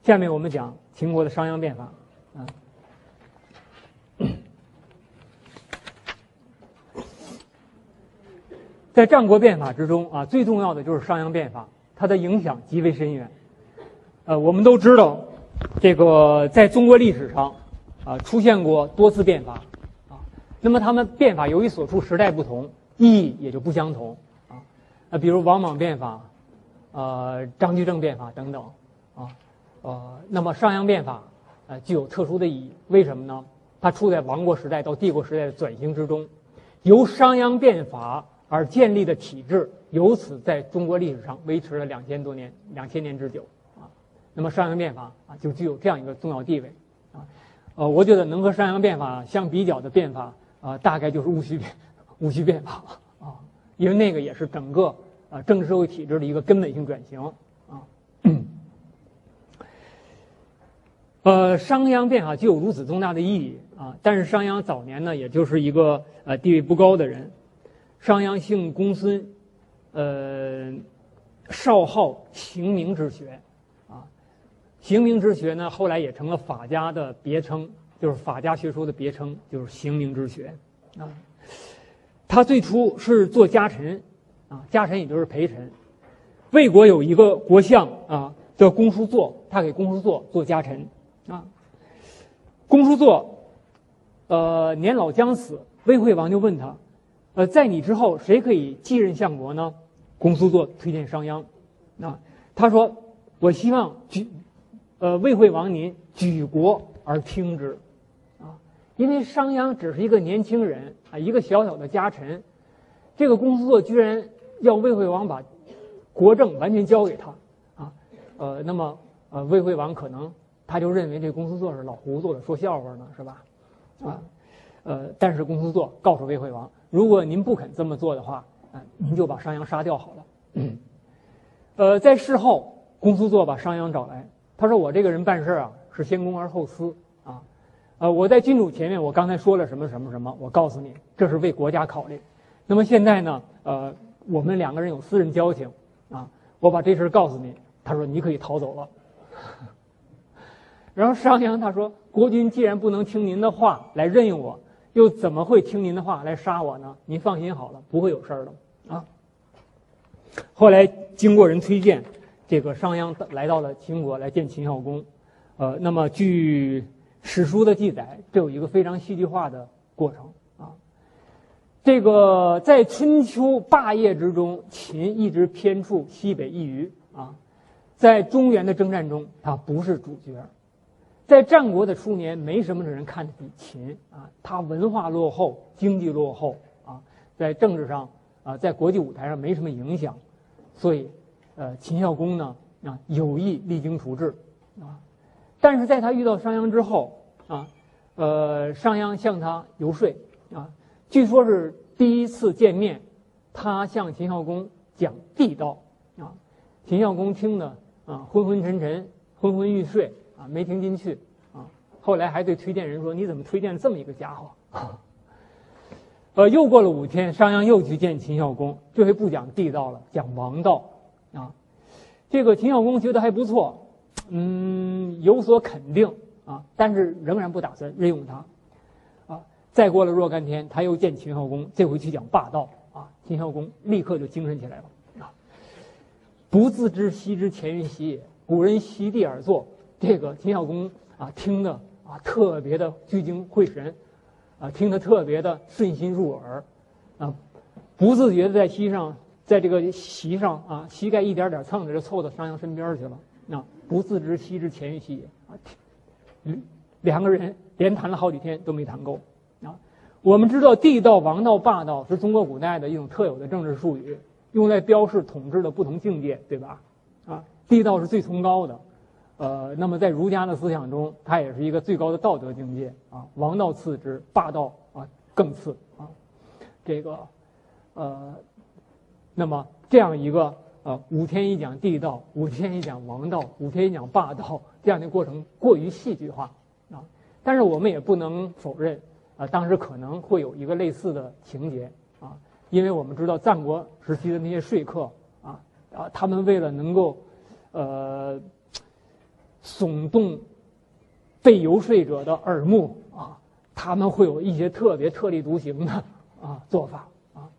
下面我们讲秦国的商鞅变法啊。在战国变法之中啊，最重要的就是商鞅变法，它的影响极为深远。我们都知道，这个在中国历史上出现过多次变法啊。那么他们变法由于所处时代不同，意义也就不相同啊。比如王莽变法，张居正变法等等啊。那么商鞅变法具有特殊的意义，为什么呢？它处在王国时代到帝国时代的转型之中，由商鞅变法而建立的体制，由此在中国历史上维持了2000多年，2000年之久啊。那么商鞅变法就具有这样一个重要地位啊。我觉得能和商鞅变法相比较的变法大概就是戊戌变法啊，因为那个也是整个政治社会体制的一个根本性转型啊。商鞅变法具有如此重大的意义啊，但是商鞅早年呢，也就是一个地位不高的人。商鞅姓公孙，少好刑名之学啊。刑名之学呢，后来也成了法家的别称，就是法家学说的别称，就是刑名之学啊。他最初是做家臣啊，家臣也就是陪臣。魏国有一个国相啊，叫公叔痤，他给公叔痤做家臣啊。公叔痤年老将死，魏惠王就问他，在你之后谁可以继任相国呢？公叔痤推荐商鞅啊。他说，我希望魏惠王您举国而听之啊。因为商鞅只是一个年轻人啊，一个小小的家臣，这个公叔痤居然要魏惠王把国政完全交给他啊。那么魏惠王可能他就认为这公叔痤是老糊涂了，说笑话呢，是吧？啊。但是公叔痤告诉魏惠王，如果您不肯这么做的话，您就把商鞅杀掉好了。在事后，公叔痤把商鞅找来，他说：“我这个人办事是先公而后私啊。我在君主前面，我刚才说了什么什么什么，我告诉你，这是为国家考虑。那么现在呢，我们两个人有私人交情啊，我把这事告诉你。”他说：“你可以逃走了。”然后商鞅他说：“国君既然不能听您的话来任用我，又怎么会听您的话来杀我呢？您放心好了，不会有事儿的啊。”后来经过人推荐，这个商鞅来到了秦国来见秦孝公。那么据史书的记载，这有一个非常戏剧化的过程啊。这个在春秋霸业之中，秦一直偏处西北一隅啊。在中原的征战中，他不是主角。在战国的初年，没什么人看得起秦啊，他文化落后，经济落后啊，在政治上在国际舞台上没什么影响，所以秦孝公呢有意励精图治啊。但是在他遇到商鞅之后啊，商鞅向他游说啊，据说是第一次见面，他向秦孝公讲地道啊，秦孝公听得昏昏沉沉，昏昏欲睡啊，没听进去啊。后来还对推荐人说：“你怎么推荐这么一个家伙？”又过了5天，商鞅又去见秦孝公，这回不讲地道了，讲王道啊。这个秦孝公觉得还不错，有所肯定啊，但是仍然不打算任用他啊。再过了若干天，他又见秦孝公，这回去讲霸道啊。秦孝公立刻就精神起来了啊。不自知昔之前人习也，古人席地而坐。这个秦孝公听得特别的聚精会神听得特别的顺心入耳不自觉的在这个席上膝盖一点点蹭着就凑到商鞅身边去了不自知昔之前人习也两个人连谈了好几天都没谈够我们知道地道、王道、霸道是中国古代的一种特有的政治术语，用来标示统治的不同境界，对吧？地道是最崇高的，那么在儒家的思想中，它也是一个最高的道德境界王道次之，霸道更次这个那么这样一个5天一讲地道，5天一讲王道，5天一讲霸道，这样的过程过于戏剧化但是我们也不能否认当时可能会有一个类似的情节因为我们知道战国时期的那些说客他们为了能够耸动被游说者的耳目啊，他们会有一些特别特立独行的做法啊。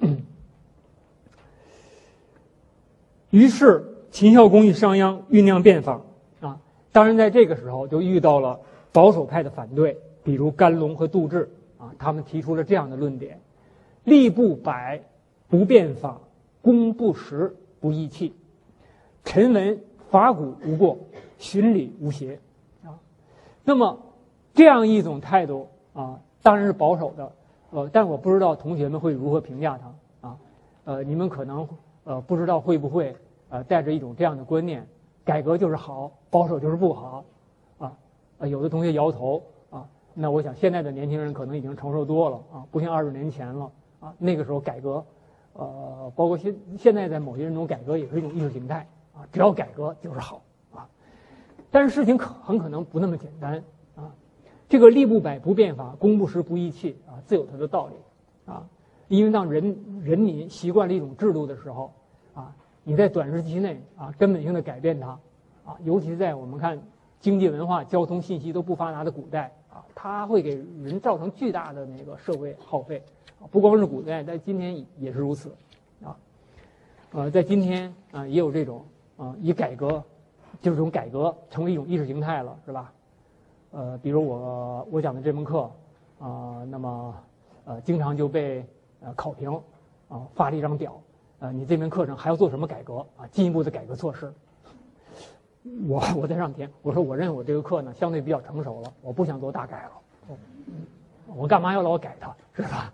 于是秦孝公与商鞅酝酿变法啊，当然在这个时候就遇到了保守派的反对，比如甘龙和杜挚啊，他们提出了这样的论点：吏不百，不变法；公不实，不义气。臣闻法古无过，循礼无邪啊。那么这样一种态度啊，当然是保守的，但我不知道同学们会如何评价它啊。你们可能不知道会不会带着一种这样的观念：改革就是好，保守就是不好啊。有的同学摇头啊。那我想现在的年轻人可能已经成熟多了啊，不像20年前了啊。那个时候改革，包括现在在某些人中改革也是一种意识形态啊，只要改革就是好啊。但是事情很可能不那么简单啊。这个吏不百，不变法；公不实，不义气啊，自有它的道理啊。因为当人民习惯了一种制度的时候啊，你在短时期内啊根本性的改变它啊，尤其在我们看经济、文化、交通、信息都不发达的古代啊，它会给人造成巨大的那个社会耗费啊。不光是古代，在今天也是如此啊。在今天啊也有这种以改革，就是这种改革成为一种意识形态了，是吧？比如我讲的这门课那么经常就被考评发了一张表，你这门课程还要做什么改革啊？进一步的改革措施。我在上填，我说我认为我这个课呢相对比较成熟了，我不想做大改了，我干嘛要老改它，是吧？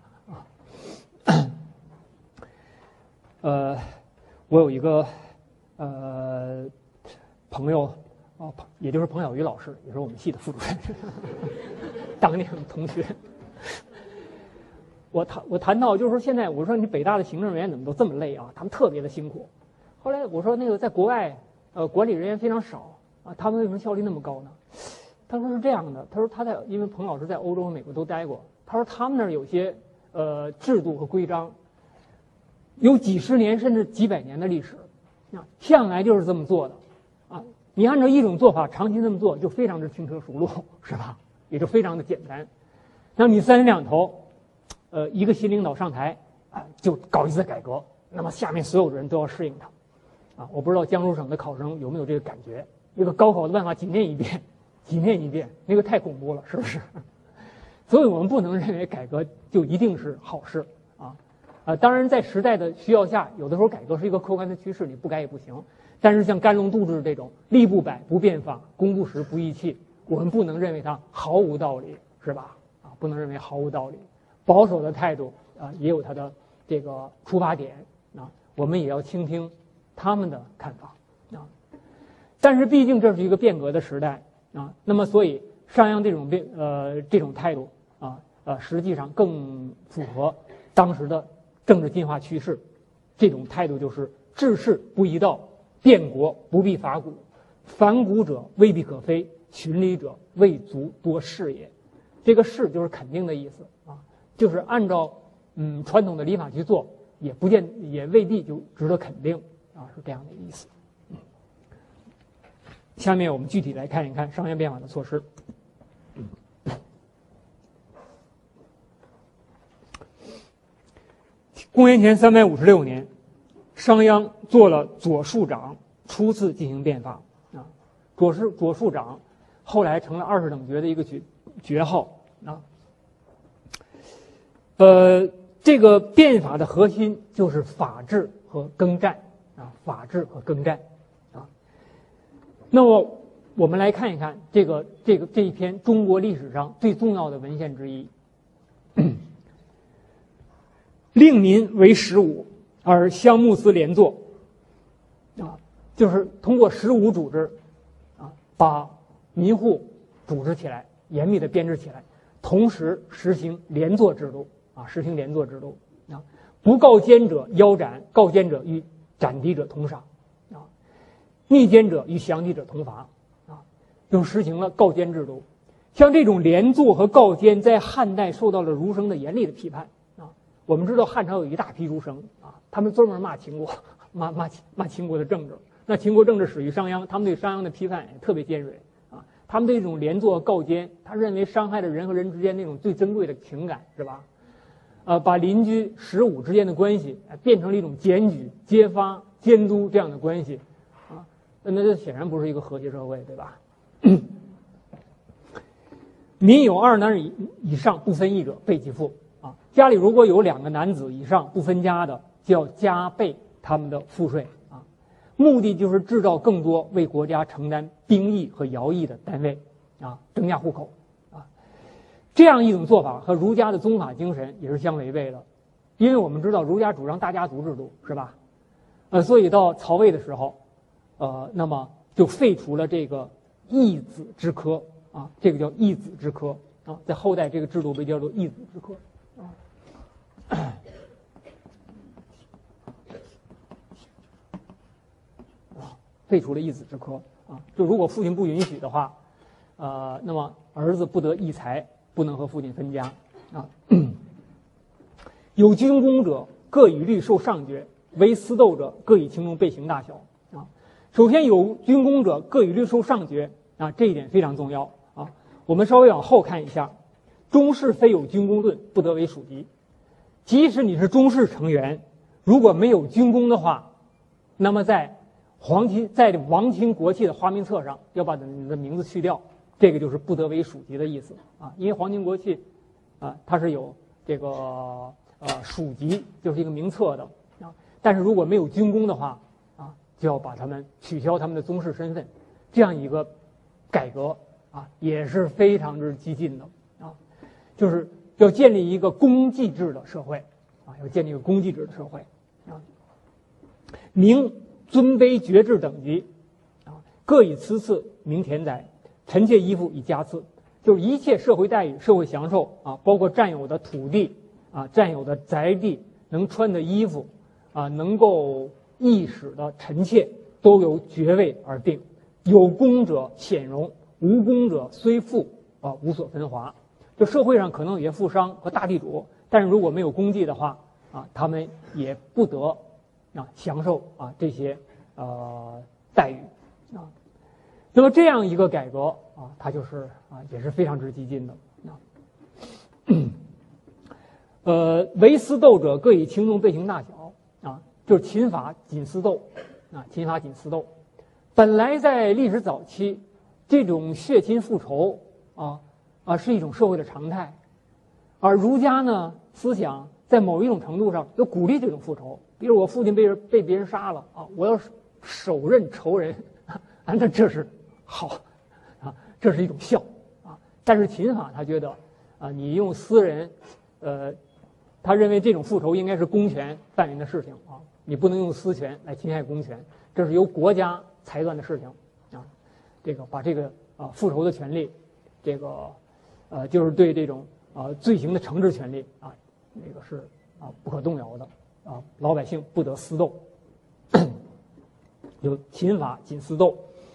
我有一个朋友也就是彭小瑜老师，也是我们系的副主任，当年同学。我谈到就是说现在我说你北大的行政人员怎么都这么累啊？他们特别的辛苦。后来我说那个在国外管理人员非常少啊，他们为什么效率那么高呢？他说是这样的，他说因为彭老师在欧洲和美国都待过，他说他们那儿有些制度和规章有几十年甚至几百年的历史啊，向来就是这么做的啊。你按照一种做法长期这么做，就非常的轻车熟路，是吧？也就非常的简单。那你三天两头一个新领导上台就搞一次改革，那么下面所有的人都要适应他啊。我不知道江苏省的考生有没有这个感觉？那个高考的办法几念一遍，几念一遍，那个太恐怖了，是不是？所以我们不能认为改革就一定是好事啊。当然在时代的需要下，有的时候改革是一个客观的趋势，你不改也不行。但是像甘龙杜挚这种吏不百，不变法；公不实，不义气，我们不能认为它毫无道理，是吧？不能认为毫无道理。保守的态度也有它的这个出发点啊，我们也要倾听他们的看法啊。但是毕竟这是一个变革的时代啊，那么所以商鞅这种态度实际上更符合当时的政治进化趋势。这种态度就是治世不宜道，变国不必法古，反古者未必可非，循礼者未足多事也。这个是就是肯定的意思啊，就是按照传统的礼法去做，也未必就值得肯定啊，是这样的意思。下面我们具体来看一看商鞅变法的措施。公元前356年，商鞅做了左庶长，初次进行变法啊。左庶长后来成了20等爵的一个爵号啊。这个变法的核心就是法治和耕战啊，法治和耕战啊。那么我们来看一看这一篇中国历史上最重要的文献之一。令民为15，而乡牧司连坐啊，就是通过15组织啊，把民户组织起来，严密的编制起来，同时实行连坐制度啊，不告奸者腰斩，告奸者与斩敌者同赏啊，逆奸者与降敌者同罚啊，就实行了告奸制度。像这种连坐和告奸，在汉代受到了儒生的严厉的批判啊。我们知道汉朝有一大批儒生啊，他们专门骂秦国，骂秦国的政治。 那秦国政治始于商鞅，他们对商鞅的批判也特别尖锐啊。他们对这种连坐告奸，他认为伤害了人和人之间那种最珍贵的情感，是吧？把邻居十五之间的关系变成了一种检举、揭发、监督这样的关系啊，那这显然不是一个和谐社会，对吧？民有二男以上不分役者，备其父啊。家里如果有2个男子以上不分家的，就要加倍他们的赋税啊。目的就是制造更多为国家承担兵役和徭役的单位啊，增加户口啊。这样一种做法和儒家的宗法精神也是相违背的，因为我们知道儒家主张大家族制度，是吧？所以到曹魏的时候，那么就废除了这个义子之科啊，这个叫义子之科啊，在后代这个制度被叫做义子之科啊。废除了义子之科啊，就如果父亲不允许的话，那么儿子不得义财，不能和父亲分家啊。有军功者，各以律受上爵；为私斗者，各以轻重备刑大小啊。首先，有军功者，各以律受上爵啊，这一点非常重要啊。我们稍微往后看一下，中士非有军功论，不得为属籍。即使你是中士成员，如果没有军功的话，那么在王亲国戚的花名册上要把你的名字去掉，这个就是不得为属籍的意思啊。因为皇亲国戚啊，它是有这个属籍，就是一个名册的啊。但是如果没有军功的话啊，就要把他们取消他们的宗室身份，这样一个改革啊，也是非常之激进的啊，就是要建立一个公祭制的社会啊，要建立一个公祭制的社会啊。明尊卑爵制等级啊，各以次次名田宅，臣妾衣服以加次，就是一切社会待遇、社会享受啊，包括占有的土地啊、占有的宅地、能穿的衣服啊、能够议使的臣妾，都由爵位而定。有功者显荣，无功者虽富啊，无所分华。就社会上可能有些富商和大地主，但是如果没有功绩的话啊，他们也不得享受啊这些待遇啊。那么这样一个改革啊，它就是也是非常之激进的啊。为私斗者，各以轻重备刑大小啊，就是秦法仅私斗啊，秦法仅私斗。本来在历史早期，这种血亲复仇是一种社会的常态，而儒家呢思想在某一种程度上又鼓励这种复仇。比如我父亲被别人杀了啊，我要手刃仇人啊，那这是好啊，这是一种孝啊。但是秦法他觉得啊，你用私人他认为这种复仇应该是公权范围的事情啊，你不能用私权来侵害公权，这是由国家裁断的事情啊。这个把这个复仇的权利，这个就是对这种罪行的惩治权利啊，那个是不可动摇的啊，老百姓不得私斗，有秦法仅私斗。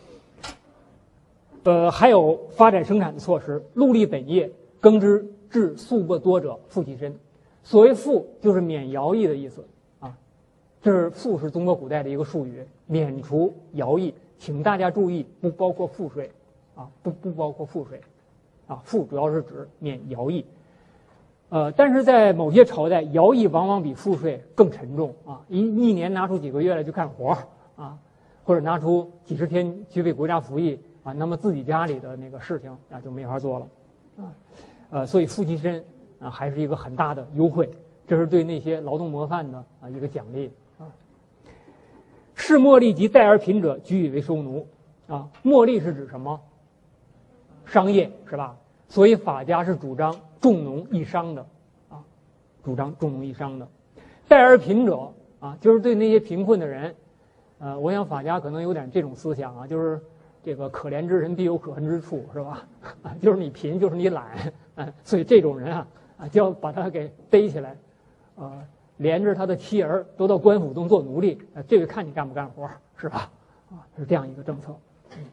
还有发展生产的措施，戮力本业，耕之至粟帛多者，复其身。所谓赋就是免徭役的意思啊，这是赋是中国古代的一个术语，免除徭役。请大家注意，不包括赋税啊，不包括赋税啊，赋主要是指免徭役。但是在某些朝代，徭役往往比赋税更沉重啊，一年拿出几个月来去干活啊，或者拿出几十天去为国家服役啊，那么自己家里的那个事情啊就没法做了啊。所以赋其身啊还是一个很大的优惠，这是对那些劳动模范的一个奖励啊。视墨吏及代而贫者，举以为收奴啊。墨吏是指什么？商业是吧？所以法家是主张重农抑商的啊，主张重农抑商的。代而贫者啊，就是对那些贫困的人，我想法家可能有点这种思想啊，就是这个可怜之人必有可恨之处，是吧？就是你贫，就是你懒，所以这种人就要把他给逮起来，连着他的妻儿都到官府中做奴隶，这个看你干不干活，是吧？是这样一个政策。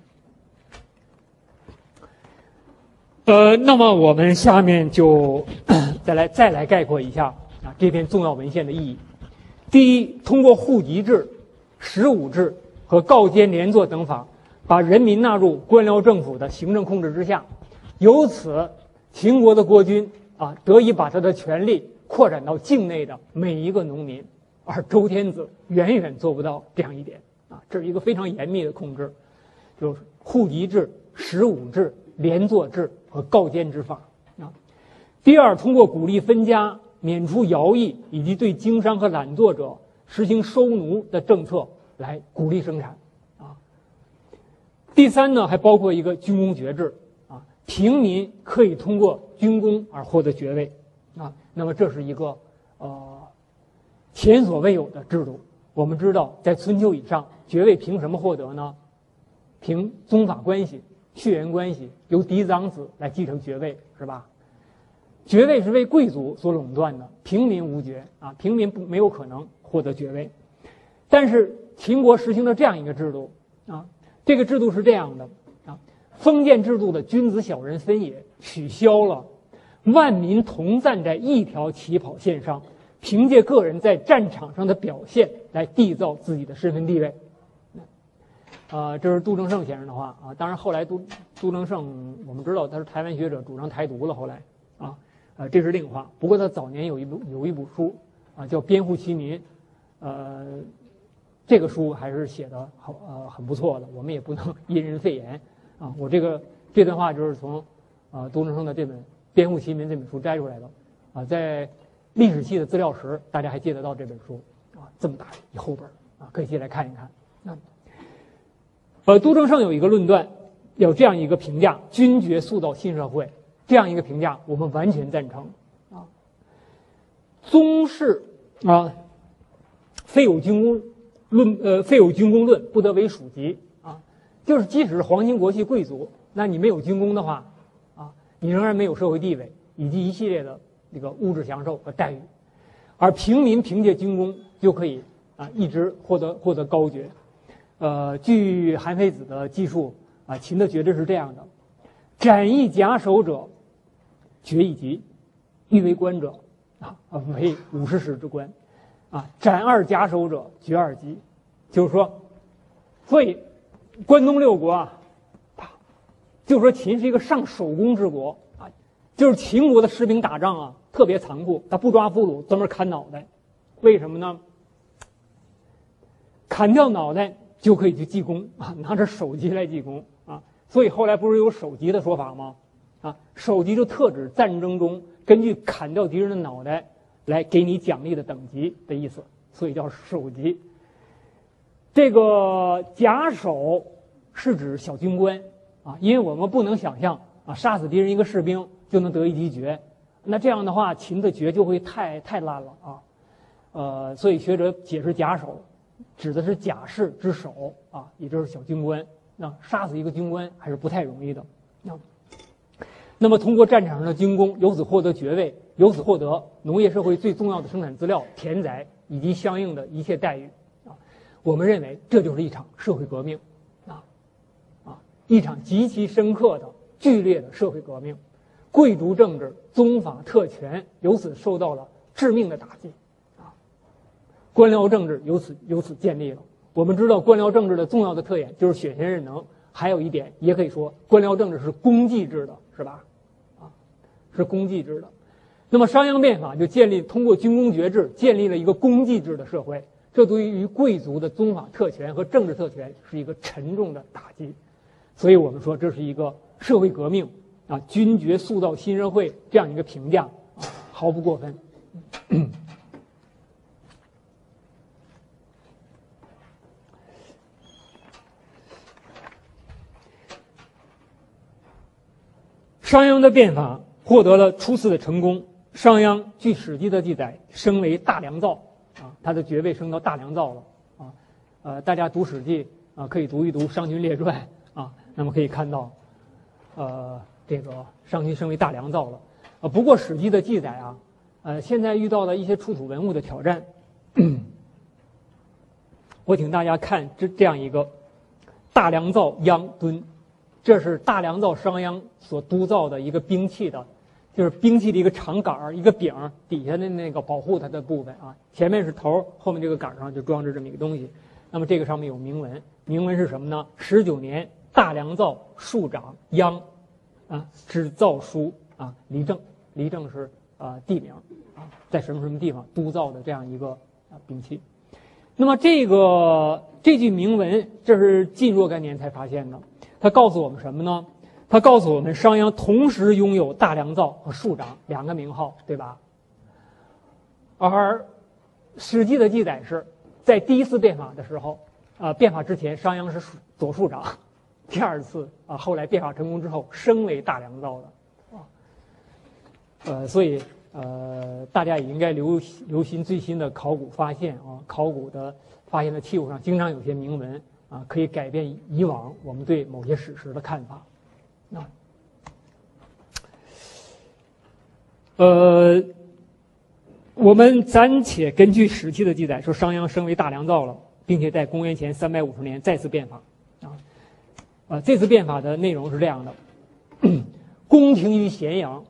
那么我们下面就再来概括一下这篇重要文献的意义。第一，通过户籍制、十五制和告监连坐等法，把人民纳入官僚政府的行政控制之下。由此，秦国的国君得以把他的权力扩展到境内的每一个农民，而周天子远远做不到这样一点这是一个非常严密的控制，就是户籍制、十五制、连坐制和告监之法第二，通过鼓励分家、免除徭役以及对经商和懒惰者实行收奴的政策来鼓励生产第三呢，还包括一个军功爵制平民可以通过军功而获得爵位那么这是一个前所未有的制度。我们知道，在春秋以上，爵位凭什么获得呢？凭宗法关系、血缘关系，由嫡长子来继承爵位，是吧？爵位是为贵族所垄断的，平民无爵平民没有可能获得爵位。但是秦国实行了这样一个制度这个制度是这样的封建制度的君子小人分野取消了，万民同站在一条起跑线上，凭借个人在战场上的表现来缔造自己的身份地位。这是杜正胜先生的话当然后来杜正胜我们知道他是台湾学者，主张台独了。后来这是另话。不过他早年有一部书叫《编户齐民》，这个书还是写的很不错的。我们也不能因人废言我这段话就是从杜正胜的这本《编户齐民》这本书摘出来的在历史系的资料室大家还借得到这本书这么大一厚本可以借来看一看。杜正胜有一个论断，有这样一个评价：君爵塑造新社会。这样一个评价我们完全赞成宗室非有军功论，不得为属籍就是即使是皇亲国戚贵族，那你没有军功的话你仍然没有社会地位以及一系列的这个物质享受和待遇，而平民凭借军功就可以一直获得高爵。据韩非子的记述秦的爵制是这样的：斩一甲首者爵一级，欲为官者为50石之官斩二甲首者爵二级。就是说，所以关东六国就是说秦是一个上手工之国就是秦国的士兵打仗特别残酷，他不抓俘虏，专门砍脑袋。为什么呢？砍掉脑袋就可以去记功拿着首级来记功所以后来不是有首级的说法吗？首级就特指战争中根据砍掉敌人的脑袋来给你奖励的等级的意思，所以叫首级。这个甲首是指小军官因为我们不能想象杀死敌人一个士兵就能得一级爵，那这样的话秦的爵就会太烂了所以学者解释甲首指的是甲士之首也就是小军官。杀死一个军官还是不太容易的那么通过战场上的军功，由此获得爵位，由此获得农业社会最重要的生产资料田宅以及相应的一切待遇我们认为这就是一场社会革命一场极其深刻的剧烈的社会革命。贵族政治、宗法特权由此受到了致命的打击官僚政治由此建立了。我们知道官僚政治的重要的特点就是选贤任能，还有一点也可以说官僚政治是公祭制的，是吧是公祭制的。那么商鞅变法就通过军功爵制建立了一个公祭制的社会，这对于贵族的宗法特权和政治特权是一个沉重的打击。所以我们说这是一个社会革命君爵塑造新社会这样一个评价毫不过分商鞅的变法获得了初次的成功。商鞅据《史记》的记载升为大良造他的爵位升到大良造了大家读《史记》可以读一读《商君列传》那么可以看到这个商君升为大良造了不过《史记》的记载现在遇到了一些出土文物的挑战我请大家看这样一个大良造鞅墩，这是大良造商鞅所督造的一个兵器的，就是兵器的一个长杆一个柄，底下的那个保护它的部分前面是头，后面这个杆上就装着这么一个东西。 那么这个上面有铭文，铭文是什么呢？19年大良造庶长央，之造书黎正，黎正是地名在什么什么地方督造的这样一个兵器。那么这句铭文，这是近若干年才发现的。它告诉我们什么呢？它告诉我们商鞅同时拥有大良造和庶长2个名号，对吧？而《史记》的记载是在第一次变法的时候，变法之前商鞅是左庶长，第2次后来变法成功之后升为大良造的所以大家也应该留心最新的考古发现考古的发现的器物上经常有些铭文可以改变以往我们对某些史实的看法我们暂且根据《史记》的记载说商鞅升为大良造了，并且在公元前350年再次变法这次变法的内容是这样的：宫廷于咸阳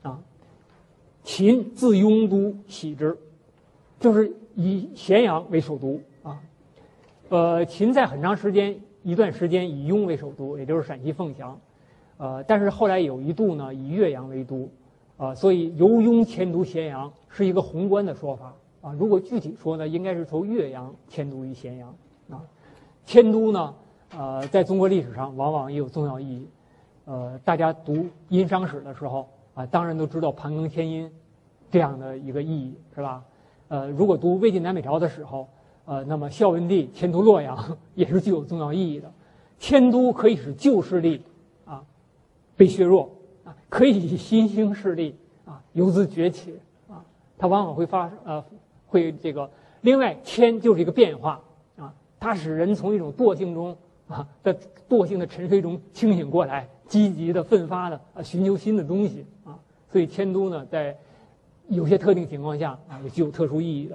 秦自雍都徙之，就是以咸阳为首都秦在很长一段时间以雍为首都，也就是陕西凤翔但是后来有一度呢以岳阳为都所以由雍迁都咸阳是一个宏观的说法如果具体说呢，应该是从岳阳迁都于咸阳迁都呢在中国历史上往往也有重要意义大家读殷商史的时候当然都知道盘庚迁殷这样的一个意义，是吧？如果读魏晋南北朝的时候那么孝文帝迁都洛阳也是具有重要意义的。迁都可以使旧势力被削弱可以使新兴势力由此崛起它往往会这个。另外，迁就是一个变化它使人从一种惰性中在惰性的沉睡中清醒过来，积极的奋发的寻求新的东西所以迁都呢在有些特定情况下也具有特殊意义的。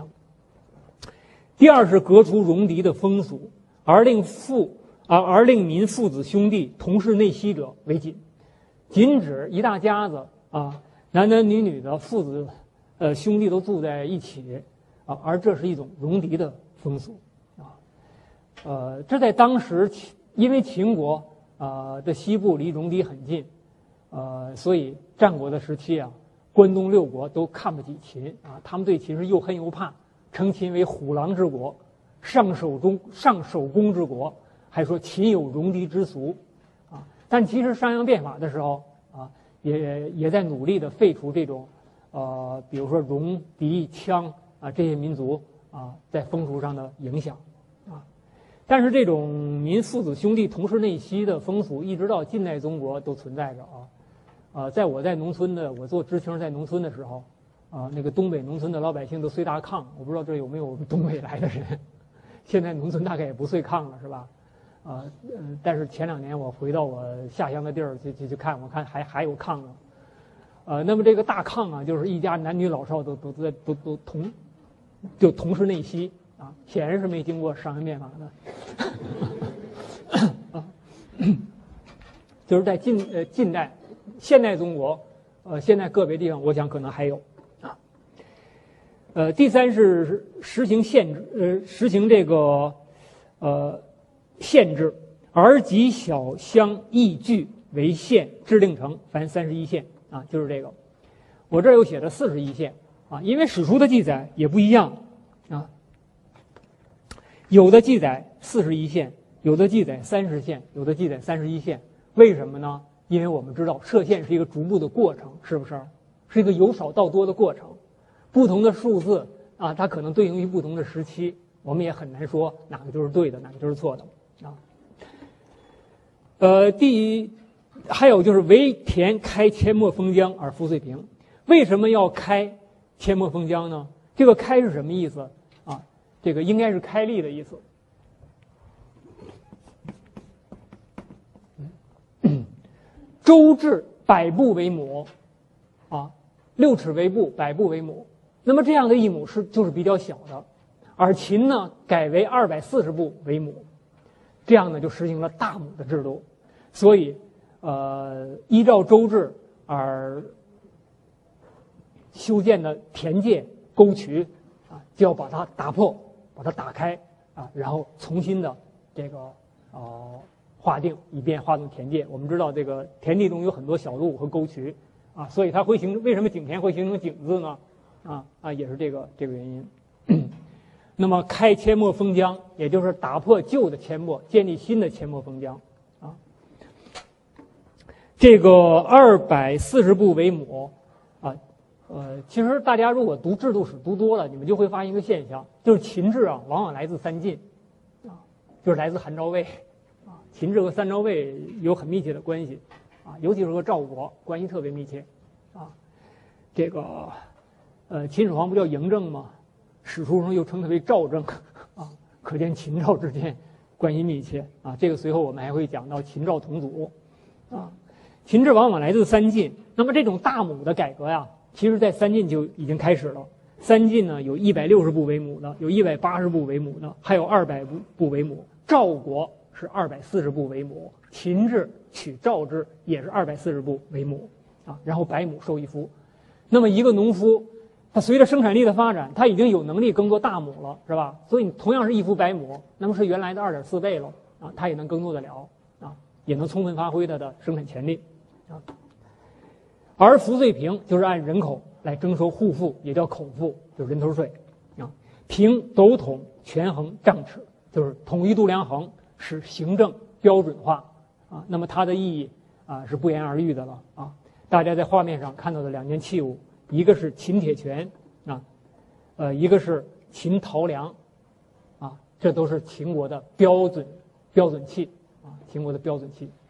第二是革除戎狄的风俗，而令民父子兄弟同室内息者为谨。仅指一大家子男男女女的父子兄弟都住在一起而这是一种戎狄的风俗这在当时因为秦国的西部离戎狄很近所以战国的时期关东6国都看不起秦他们对秦是又恨又怕，称秦为虎狼之国，上手弓之国，还说秦有戎狄之俗但其实商鞅变法的时候也在努力的废除这种比如说戎狄羌这些民族在风俗上的影响但是这种民父子兄弟同室内息的风俗一直到近代中国都存在着在我做知青在农村的时候那个东北农村的老百姓都睡大炕，我不知道这有没有我们东北来的人现在农村大概也不睡炕了，是吧但是前2年我回到我下乡的地儿去看，我看还有炕呢那么这个大炕就是一家男女老少都同时内息显然是没经过商鞅变法的就是在近代现代中国现在个别地方我想可能还有第三是实行这个县制，而及小乡邑聚为县，制令城，凡31县就是这个。我这儿有写的41县因为史书的记载也不一样有的记载41县，有的记载30县，有的记载31县。为什么呢？因为我们知道设县是一个逐步的过程，是不是？是一个由少到多的过程。不同的数字它可能对应于不同的时期，我们也很难说哪个就是对的，哪个就是错的还有就是为田开阡陌封疆而复遂平。为什么要开阡陌封疆呢？这个开是什么意思这个应该是开立的意思。周制100步为亩6尺为步，100步为亩。那么这样的一亩就是比较小的，而秦呢改为240步为亩，这样呢就实行了大亩的制度。所以依照周制而修建的田界沟渠就要把它打破，把它打开然后重新的这个划定，以便划定田界。我们知道这个田地中有很多小路和沟渠所以它会为什么井田会形成井字呢？也是这个原因。那么开阡陌封疆，也就是打破旧的阡陌，建立新的阡陌封疆这个240步为亩其实大家如果读制度史读多了，你们就会发现一个现象，就是秦制往往来自三晋就是来自韩赵魏秦制和三赵魏有很密切的关系尤其是和赵国关系特别密切这个秦始皇不叫嬴政吗？史书上又称它为赵政可见秦赵之间关系密切这个随后我们还会讲到秦赵同祖秦制往往来自三晋。那么这种大亩的改革其实在三晋就已经开始了。三晋呢有160步为亩的，有180步为亩的，还有200步为亩。赵国是240步为亩，秦制取赵制也是240步为亩然后100亩收一夫。那么一个农夫他随着生产力的发展，他已经有能力耕作大亩了，是吧？所以你同样是一夫100亩，那么是原来的2.4倍了他也能耕作得了也能充分发挥他的生产潜力而赋税平就是按人口来征收户赋，也叫口赋，就是人头税平斗统权衡丈尺，就是统一度量衡，使行政标准化那么它的意义是不言而喻的了大家在画面上看到的2件器物，一个是秦铁拳一个是秦陶梁这都是秦国的标准器秦国的标准器。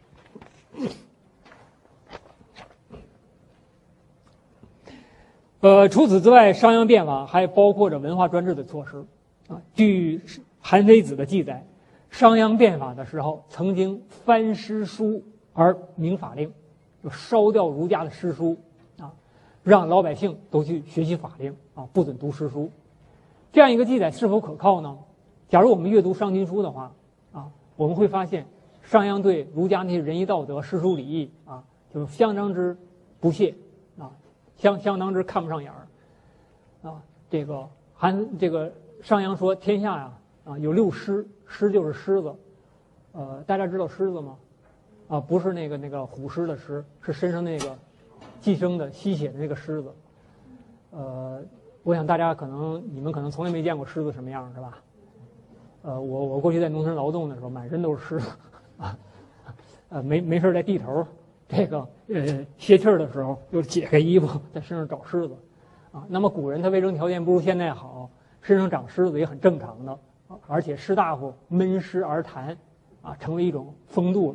除此之外，商鞅变法还包括着文化专制的措施据韩非子的记载，商鞅变法的时候曾经翻诗书而明法令，就烧掉儒家的诗书让老百姓都去学习法令不准读诗书。这样一个记载是否可靠呢？假如我们阅读商君书的话我们会发现商鞅对儒家那些仁义道德、诗书礼义就是相当之不屑相当之看不上眼这个商鞅说天下有6狮，狮就是狮子大家知道狮子吗？不是那个虎狮的狮，是身上那个寄生的吸血的那个狮子我想大家你们可能从来没见过狮子什么样，是吧？我过去在农村劳动的时候，满身都是虱子没事在地头歇气儿的时候，就解开衣服在身上找虱子那么古人他卫生条件不如现在好，身上长虱子也很正常的而且士大夫闷湿而谈成为一种风度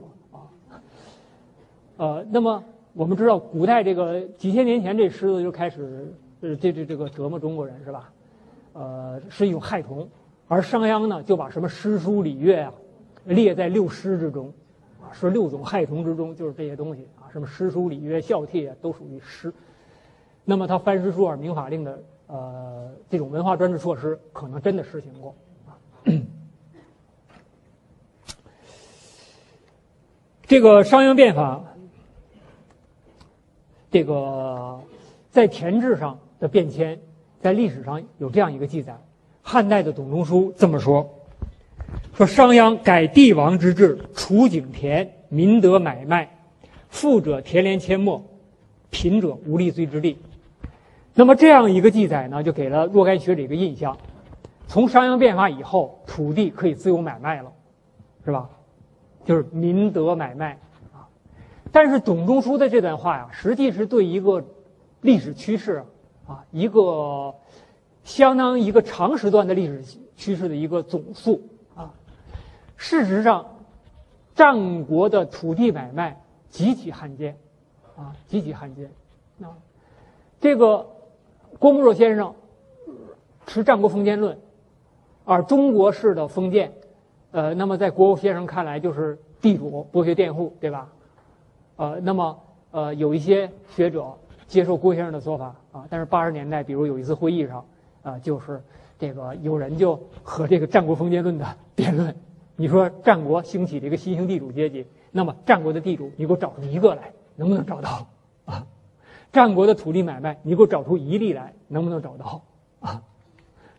了那么我们知道古代这个几千年前这虱子就开始这个折磨中国人，是吧？是一种害虫。而商鞅呢就把什么诗书礼乐列在6狮之中是6种害虫之中，就是这些东西什么诗书礼乐孝悌都属于诗。那么他翻诗书而明法令的这种文化专制措施可能真的实行过这个商鞅变法这个在田制上的变迁，在历史上有这样一个记载。汉代的董仲舒这么说商鞅改帝王之制，除井田，民得买卖，富者田连阡陌，贫者无立锥之地。那么这样一个记载呢，就给了若干学者一个印象，从商鞅变法以后，土地可以自由买卖了，是吧？就是民得买卖但是董仲舒的这段话实际是对一个历史趋势一个相当一个长时段的历史趋势的一个总述事实上，战国的土地买卖极其罕见极其罕见这个郭沫若先生持战国封建论，而中国式的封建那么在郭先生看来就是地主剥削佃户，对吧？那么有一些学者接受郭先生的说法但是80年代比如有一次会议上就是这个有人就和这个战国封建论的辩论，你说战国兴起这个新兴地主阶级，那么战国的地主你给我找出一个来，能不能找到战国的土地买卖你给我找出一例来，能不能找到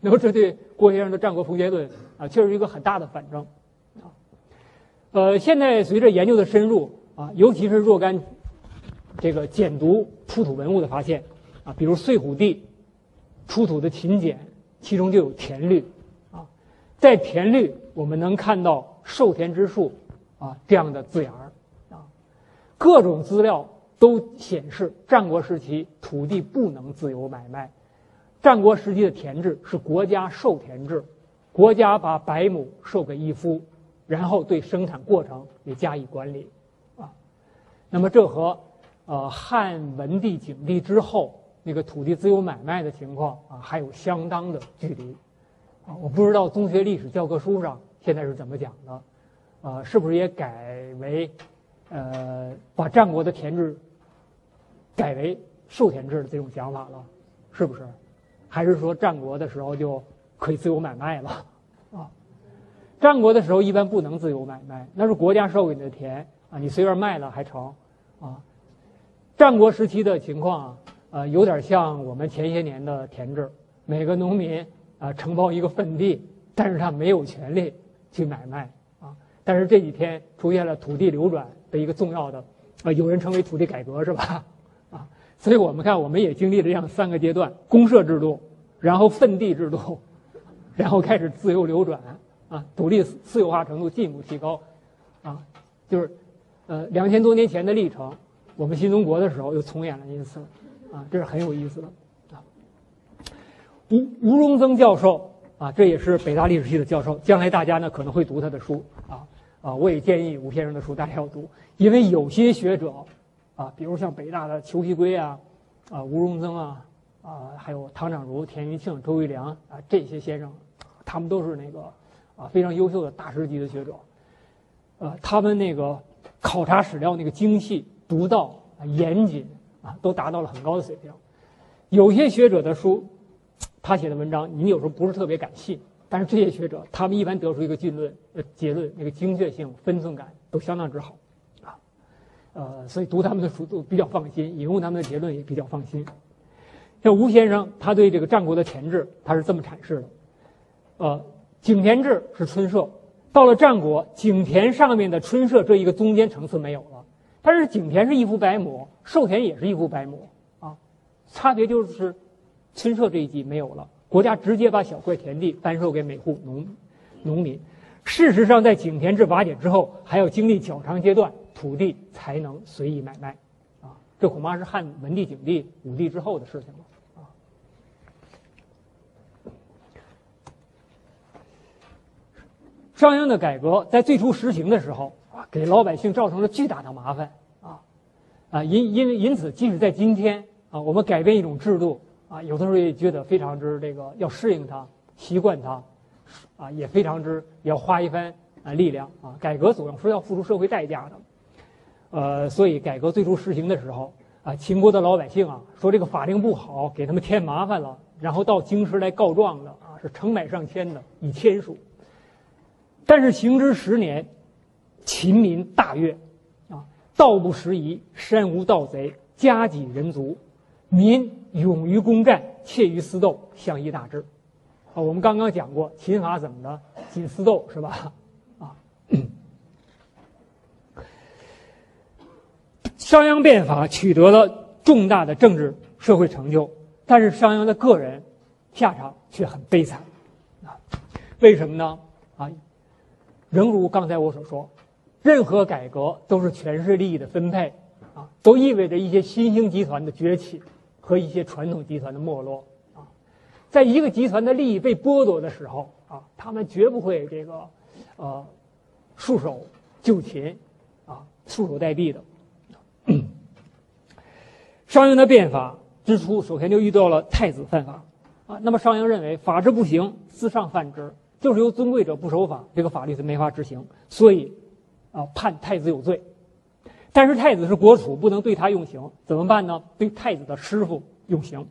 那么这对郭先生的《战国封建论》啊，确实是一个很大的反证啊。现在随着研究的深入啊，尤其是若干这个简牍出土文物的发现啊，比如睡虎地出土的秦简，其中就有田律啊，在田律我们能看到授田之术啊这样的字眼儿啊，各种资料都显示战国时期土地不能自由买卖，战国时期的田制是国家授田制，国家把100亩授给一夫，然后对生产过程也加以管理啊。那么这和汉文帝景帝之后那个土地自由买卖的情况啊还有相当的距离啊。我不知道中学历史教科书上现在是怎么讲的，是不是也改为把战国的田制改为授田制的这种讲法了？是不是？还是说战国的时候就可以自由买卖了啊？战国的时候一般不能自由买卖，那是国家授给你的田啊，你随便卖了还成啊。战国时期的情况啊，有点像我们前些年的田制，每个农民啊承包一个份地，但是他没有权利去买卖啊。但是这几天出现了土地流转的一个重要的有人称为土地改革是吧？啊，所以我们看我们也经历了这样3个阶段：公社制度，然后份地制度，然后开始自由流转啊，土地私有化程度进一步提高啊，就是2000多年前的历程。我们新中国的时候又重演了一次，啊，这是很有意思的啊。吴荣增教授啊，这也是北大历史系的教授，将来大家呢可能会读他的书我也建议吴先生的书大家要读，因为有些学者啊，比如像北大的裘锡圭吴荣增还有唐长儒、田余庆、周玉良啊这些先生，他们都是那个非常优秀的大师级的学者，他们那个考察史料那个精细、独到、严谨都达到了很高的水平。有些学者的书，他写的文章，你有时候不是特别敢信，但是这些学者，他们一般得出一个结论，那个精确性、分寸感都相当之好所以读他们的书都比较放心，引用他们的结论也比较放心。像吴先生，他对这个战国的田制，他是这么阐释的：井田制是春社，到了战国，井田上面的春社这一个中间层次没有了。但是井田是1夫100亩，授田也是1夫100亩差别就是春社这一级没有了，国家直接把小块田地颁授给每户农民。事实上，在井田制瓦解之后，还要经历较长阶段，土地才能随意买卖这恐怕是汉文帝、景帝、武帝之后的事情了商鞅的改革在最初实行的时候给老百姓造成了巨大的麻烦因此，即使在今天我们改变一种制度有的时候也觉得非常之要适应它、习惯它也非常之要花一番力量改革总是要付出社会代价的所以改革最初实行的时候秦国的老百姓说这个法令不好，给他们添麻烦了，然后到京师来告状的是成百上千的，以千数。但是行之10年，秦民大悦道不拾遗，山无盗贼，家己人足，民勇于攻战，怯于私斗，相依大治我们刚刚讲过秦法怎么的，仅私斗是吧商鞅变法取得了重大的政治社会成就，但是商鞅的个人下场却很悲惨为什么呢正如刚才我所说，任何改革都是权势利益的分配都意味着一些新兴集团的崛起和一些传统集团的没落在一个集团的利益被剥夺的时候他们绝不会束手就擒束手待毙的商鞅的变法之初，首先就遇到了太子犯法那么商鞅认为法治不行，自上犯之，就是由尊贵者不守法，这个法律是没法执行，所以判太子有罪。但是太子是国储，不能对他用刑，怎么办呢？对太子的师傅用刑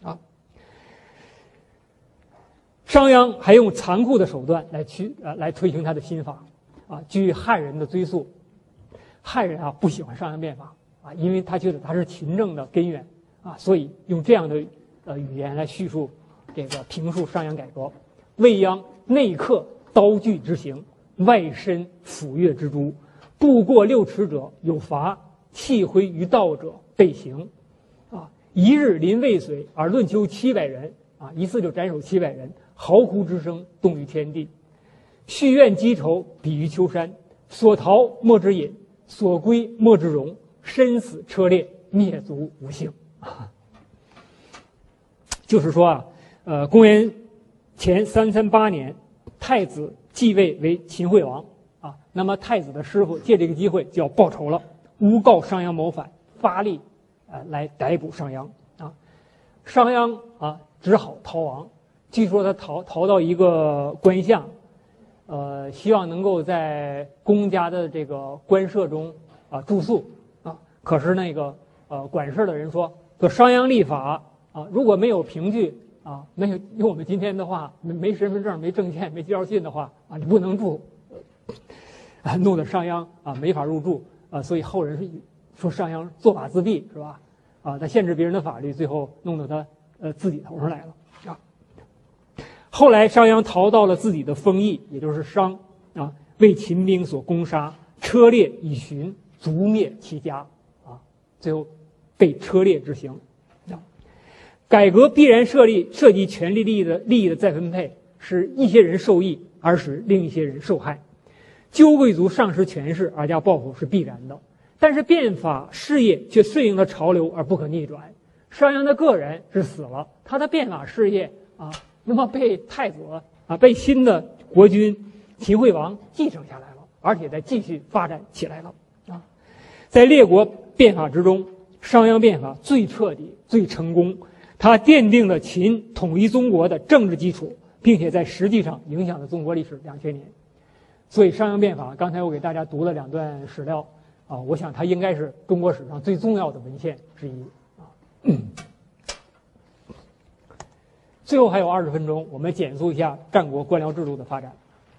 商鞅还用残酷的手段来推行他的新法据汉人的追溯，汉人不喜欢商鞅变法因为他觉得他是秦政的根源所以用这样的语言来叙述这个评述商鞅改革，未央内克刀具之刑，外伸斧钺之诛，步过6尺者有罚，弃挥于道者被刑。一日临渭水而论丘700人，一次就斩首700人，嚎哭之声动于天地。续怨积仇比于丘山，所逃莫之隐，所归莫之容，身死车裂，灭族无幸。就是说公元前338年，太子继位为秦惠王那么太子的师傅借这个机会就要报仇了，诬告商鞅谋反，发力来逮捕商鞅商鞅只好逃亡。据说他逃到一个官巷，希望能够在公家的这个官舍中住宿可是那个管事的人说商鞅立法如果没有凭据没有用我们今天的话，没身份证、没证件、没介绍信的话你不能住弄得商鞅没法入住所以后人是说商鞅做法自毙，是吧？他限制别人的法律，最后弄得他自己头上来了后来商鞅逃到了自己的封邑，也就是商为秦兵所攻杀，车裂以寻，族灭其家最后被车裂之刑改革必然涉及权力利益的再分配，使一些人受益，而使另一些人受害。旧贵族丧失权势而加报复是必然的，但是变法事业却顺应了潮流而不可逆转。商鞅的个人是死了，他的变法事业那么被太子被新的国君秦惠王继承下来了，而且再继续发展起来了在列国变法之中，商鞅变法最彻底、最成功，它奠定了秦统一中国的政治基础，并且在实际上影响了中国历史2000年。所以商鞅变法，刚才我给大家读了2段史料我想它应该是中国史上最重要的文献之一最后还有20分钟，我们简述一下战国官僚制度的发展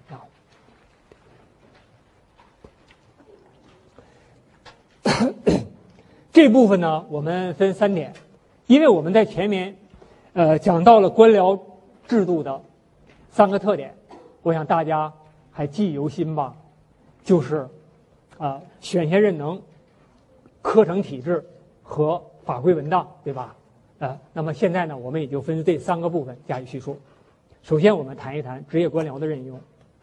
这部分呢，我们分3点，因为我们在前面讲到了官僚制度的3个特点，我想大家还记忆犹新吧，就是选贤任能、科成体制和法规文档，对吧？那么现在呢，我们也就分这3个部分加以叙述。首先，我们谈一谈职业官僚的任用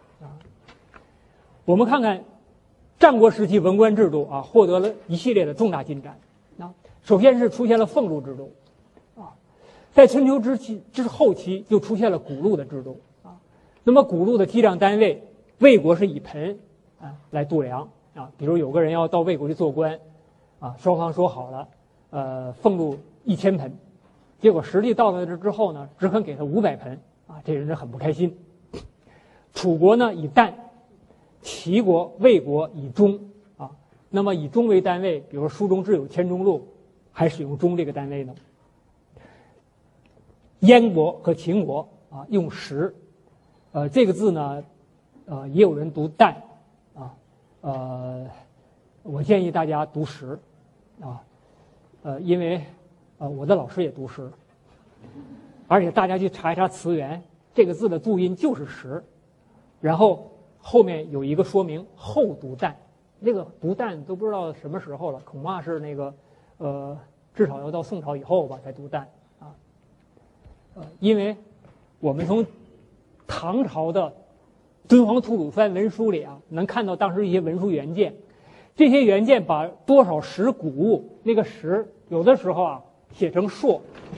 我们看看战国时期文官制度获得了一系列的重大进展首先是出现了俸禄制度在春秋之后期就出现了谷禄的制度那么谷禄的计量单位，魏国是以盆来度量比如有个人要到魏国去做官双方说好了俸禄1000盆，结果实际到了这之后呢，只肯给他500盆这人是很不开心。楚国呢以担，齐国、魏国以中那么以中为单位，比如书中自有千中禄，还使用中这个单位呢。燕国和秦国用时这个字呢也有人读担我建议大家读时因为我的老师也读时，而且大家去查一查词源，这个字的注音就是时，然后后面有一个说明后读旦，这个读旦都不知道什么时候了，恐怕是那个至少要到宋朝以后吧才读旦因为我们从唐朝的敦煌吐鲁番文书里能看到当时一些文书原件，这些原件把多少时谷物那个时有的时候写成朔，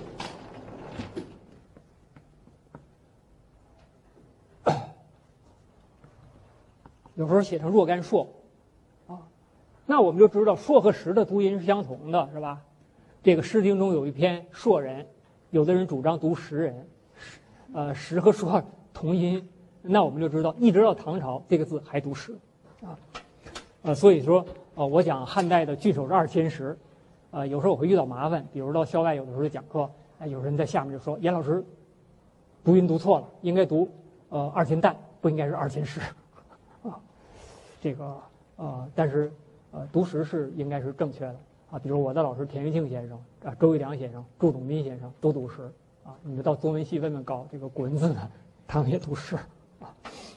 有时候写成若干朔那我们就知道朔和时的读音是相同的，是吧？这个《诗经》中有一篇《朔人》，有的人主张读时人，时和朔同音，那我们就知道一直到唐朝这个字还读时所以说我讲汉代的句首是2000时有时候我会遇到麻烦，比如到校外有的时候讲课有人在下面就说严老师读音读错了，应该读2000担，不应该是2000时这个但是读时是应该是正确的比如我的老师田余庆先生周玉良先生、祝董斌先生都读时啊。你们到中文系问问高，这个古文字呢，他们也都是啊。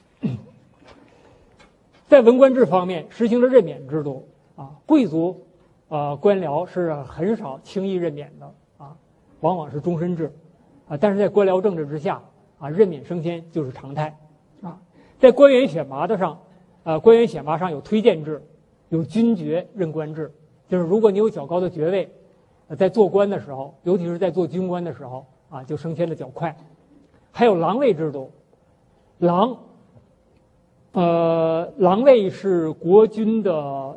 在文官制方面，实行了任免制度啊，贵族官僚是很少轻易任免的啊，往往是终身制啊。但是在官僚政治之下啊，任免升迁就是常态啊。在官员选拔上有推荐制，有军爵任官制，就是如果你有较高的爵位，在做官的时候，尤其是在做军官的时候啊，就升迁的较快。还有郎尉制度，郎尉是国军的，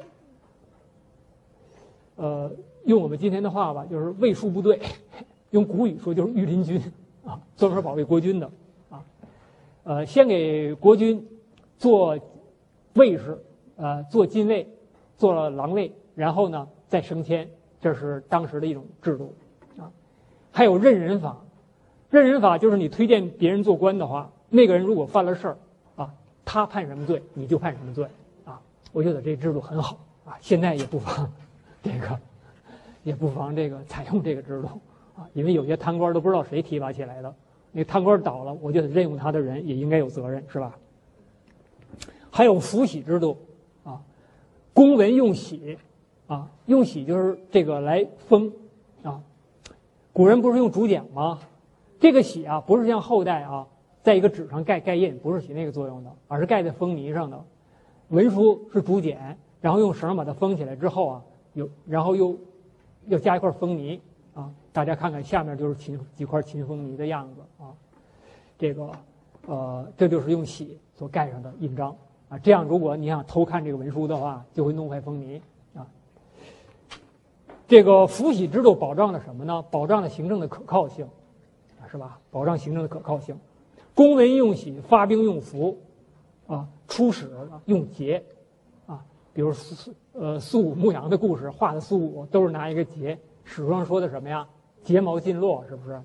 用我们今天的话吧，就是卫戍部队，用古语说就是御林军啊，专门保卫国军的啊。先给国军做卫士，做禁卫，做了郎尉，然后呢再升迁，这是当时的一种制度啊。还有任人法，任人法就是你推荐别人做官的话，那个人如果犯了事儿啊，他判什么罪你就判什么罪啊。我觉得这制度很好啊，现在也不妨采用这个制度啊，因为有些贪官都不知道谁提拔起来的，那贪官倒了，我觉得任用他的人也应该有责任，是吧？还有符喜制度啊，公文用喜啊，用喜就是这个来封啊。古人不是用竹简吗？这个喜啊，不是像后代啊，在一个纸上盖印，不是起那个作用的，而是盖在封泥上的。文书是竹简，然后用绳把它封起来之后啊，然后又要加一块封泥啊。大家看看下面就是几块秦封泥的样子啊。这个这就是用喜所盖上的印章啊。这样如果你想偷看这个文书的话，就会弄坏封泥啊。这个符喜制度保障了什么呢？保障了行政的可靠性，是吧？保障行政的可靠性。公文用喜，发兵用符，啊，出使用节，啊，比如苏武牧羊的故事画的苏武都是拿一个节，史书上说的什么呀？睫毛尽落，是不是？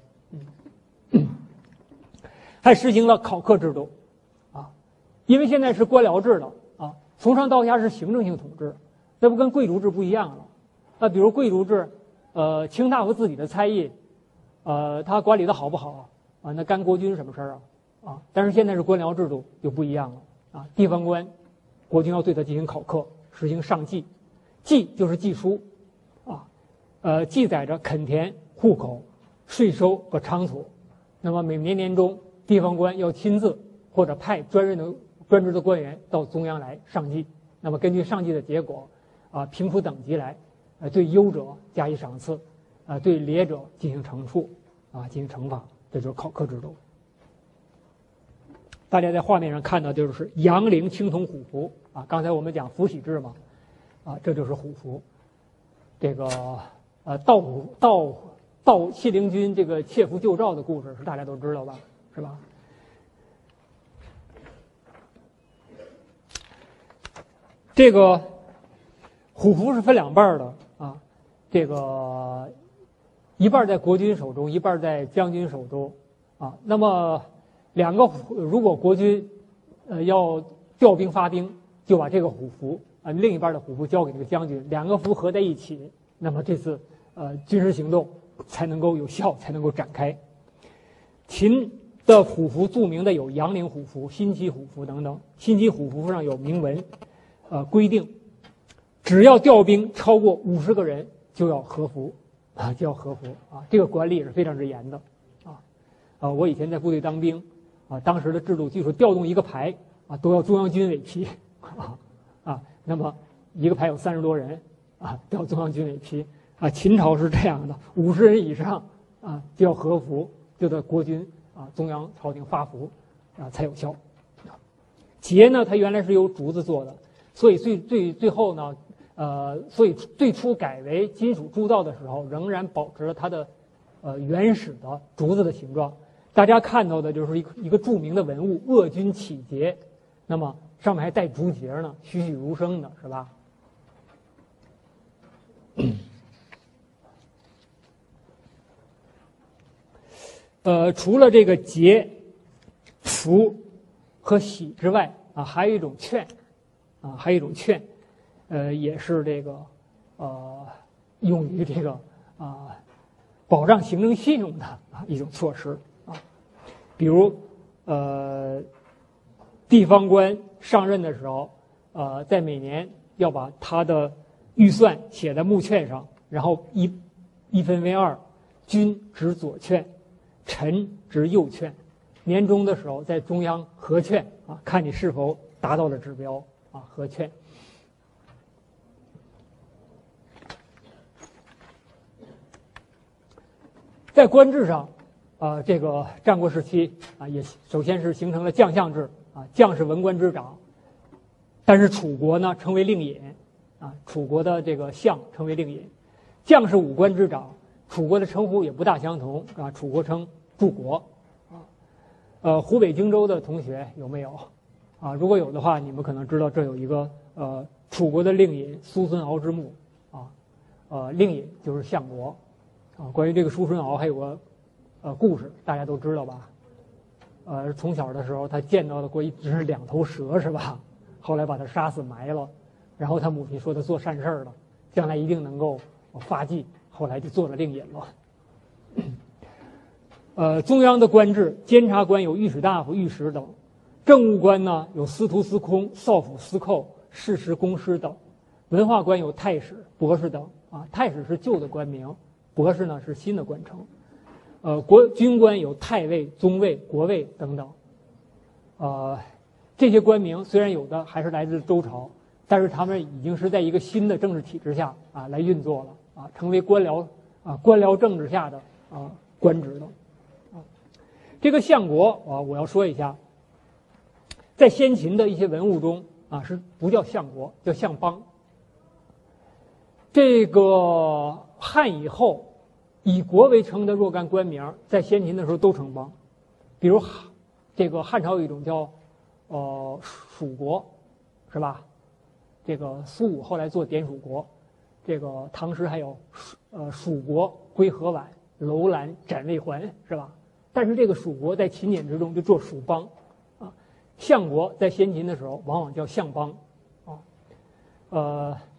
还实行了考课制度，啊，因为现在是官僚制了啊，从上到下是行政性统治，那不跟贵族制不一样了。比如贵族制，卿大夫自己的差役，他管理的好不好啊？那干国君什么事儿啊？但是现在是官僚制度就不一样了啊。地方官，国君要对他进行考课，实行上记，记就是记书，啊，记载着垦田、户口、税收和仓储。那么每年年中，地方官要亲自或者派专职的官员到中央来上记。那么根据上记的结果，评出等级来。对优者加以赏赐，对劣者进行惩处，进行惩罚，这就是考课制度。大家在画面上看到就是杨陵青铜虎符啊，刚才我们讲符喜制嘛，这就是虎符。这个盗谢灵均这个窃符救赵的故事是大家都知道吧？是吧？这个虎符是分两半的。这个一半在国军手中，一半在将军手中，那么如果国军要调兵发兵，就把这个虎符另一半的虎符交给这个将军，两个符合在一起，那么这次军事行动才能够有效，才能够展开。秦的虎符著名的有杨陵虎符、新齐虎符等等。新齐虎符上有明文，规定，只要调兵超过50个人。就要合符，就要合符啊！这个管理也是非常之严的，我以前在部队当兵，当时的制度就是调动一个排都要中央军委批，那么一个排有30多人调中央军委批秦朝是这样的，50人以上就要合符，就在国军中央朝廷发符才有效。节呢，它原来是由竹子做的，所以最后呢。所以最初改为金属铸造的时候，仍然保持了它的原始的竹子的形状。大家看到的就是一个著名的文物“鄂军启节”，那么上面还带竹节呢，栩栩如生的，是吧？除了这个节、符和喜之外还有一种券，也是这个用于这个保障行政信用的一种措施啊。比如地方官上任的时候，在每年要把他的预算写在募券上，然后一分为二，君执左券，臣执右券。年终的时候在中央核券啊，看你是否达到了指标啊，核券。在官制上，这个战国时期啊，也首先是形成了将相制啊，将是文官之长，但是楚国呢称为令尹啊，楚国的这个相称为令尹，将是武官之长，楚国的称呼也不大相同啊，楚国称柱国啊。湖北荆州的同学有没有啊？如果有的话，你们可能知道这有一个楚国的令尹苏孙敖之墓啊，令尹就是相国。关于这个叔孙敖还有个故事，大家都知道吧？从小的时候他见到的过一只2头蛇是吧？后来把他杀死埋了，然后他母亲说他做善事了，将来一定能够发迹，后来就做了令尹了。中央的官制，监察官有御史大夫、御史等，政务官呢有司徒、司空、少府、司寇、事实、公师等，文化官有太史、博士等啊。太史是旧的官名。博士呢是新的官称，军官有太尉、宗尉、国尉等等，这些官名虽然有的还是来自周朝，但是他们已经是在一个新的政治体制下啊来运作了啊，成为官僚政治下的官职了啊。这个相国啊，我要说一下，在先秦的一些文物中啊是不叫相国，叫相邦。这个汉以后以国为称的若干官名，在先秦的时候都称邦。比如这个汉朝有一种叫蜀国，是吧？这个苏武后来做典属国，这个唐诗还有蜀国归河宛，楼兰斩未还，是吧？但是这个蜀国在秦简之中就做蜀邦啊。相国在先秦的时候往往叫相邦啊。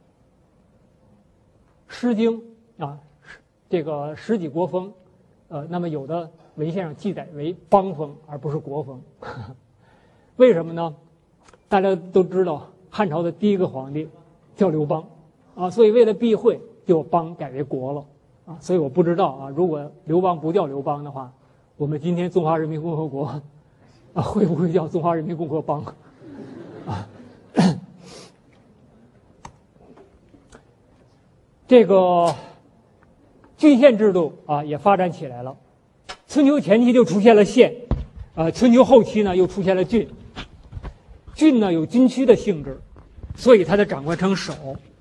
诗经啊，这个十几国风，那么有的文献上记载为邦风，而不是国风。为什么呢？大家都知道，汉朝的第一个皇帝叫刘邦啊，所以为了避讳，就邦改为国了啊。所以我不知道啊，如果刘邦不叫刘邦的话，我们今天中华人民共和国啊，会不会叫中华人民共和邦啊？这个郡县制度啊也发展起来了。春秋前期就出现了县，春秋后期呢又出现了郡。郡呢有军区的性质，所以它的长官称守。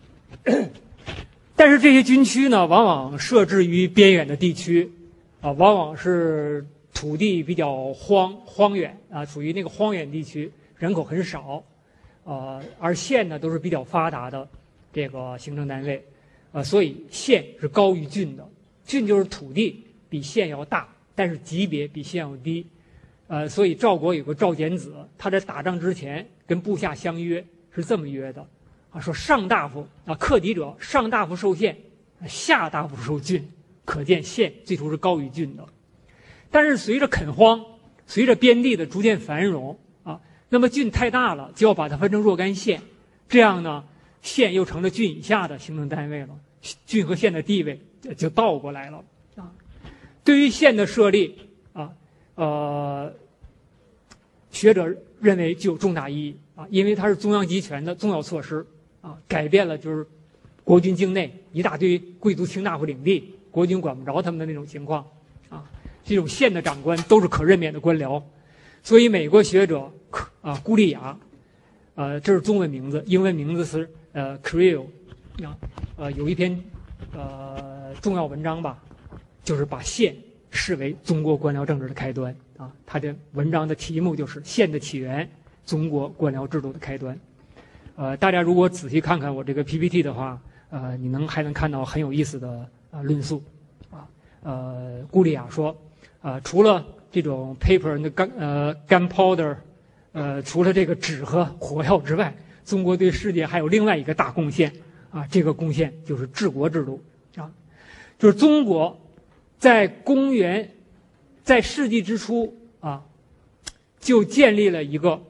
但是这些军区呢，往往设置于边远的地区，往往是土地比较荒远啊，属于那个荒远地区，人口很少，而县呢都是比较发达的这个行政单位。所以县是高于郡的，郡就是土地比县要大，但是级别比县要低。所以赵国有个赵简子，他在打仗之前跟部下相约，是这么约的啊，说上大夫啊，克敌者上大夫受县，下大夫受郡。可见县最初是高于郡的。但是随着垦荒，随着边地的逐渐繁荣啊，那么郡太大了，就要把它分成若干县，这样呢，县又成了郡以下的行政单位了，郡和县的地位就倒过来了啊。对于县的设立啊，学者认为具有重大意义啊，因为它是中央集权的重要措施啊，改变了就是国军境内一大堆贵族卿大夫领地，国军管不着他们的那种情况啊。这种县的长官都是可任免的官僚，所以美国学者孤立雅，这是中文名字，英文名字是Creel 有一篇重要文章吧，就是把县视为中国官僚政治的开端啊。他的文章的题目就是《县的起源：中国官僚制度的开端》。大家如果仔细看看我这个 PPT 的话，你还能看到很有意思的论述啊。孤立雅说，除了这种 paper 的gunpowder，除了这个纸和火药之外，中国对世界还有另外一个大贡献啊，这个贡献就是治国制度啊，就是中国在世纪之初啊，就建立了一个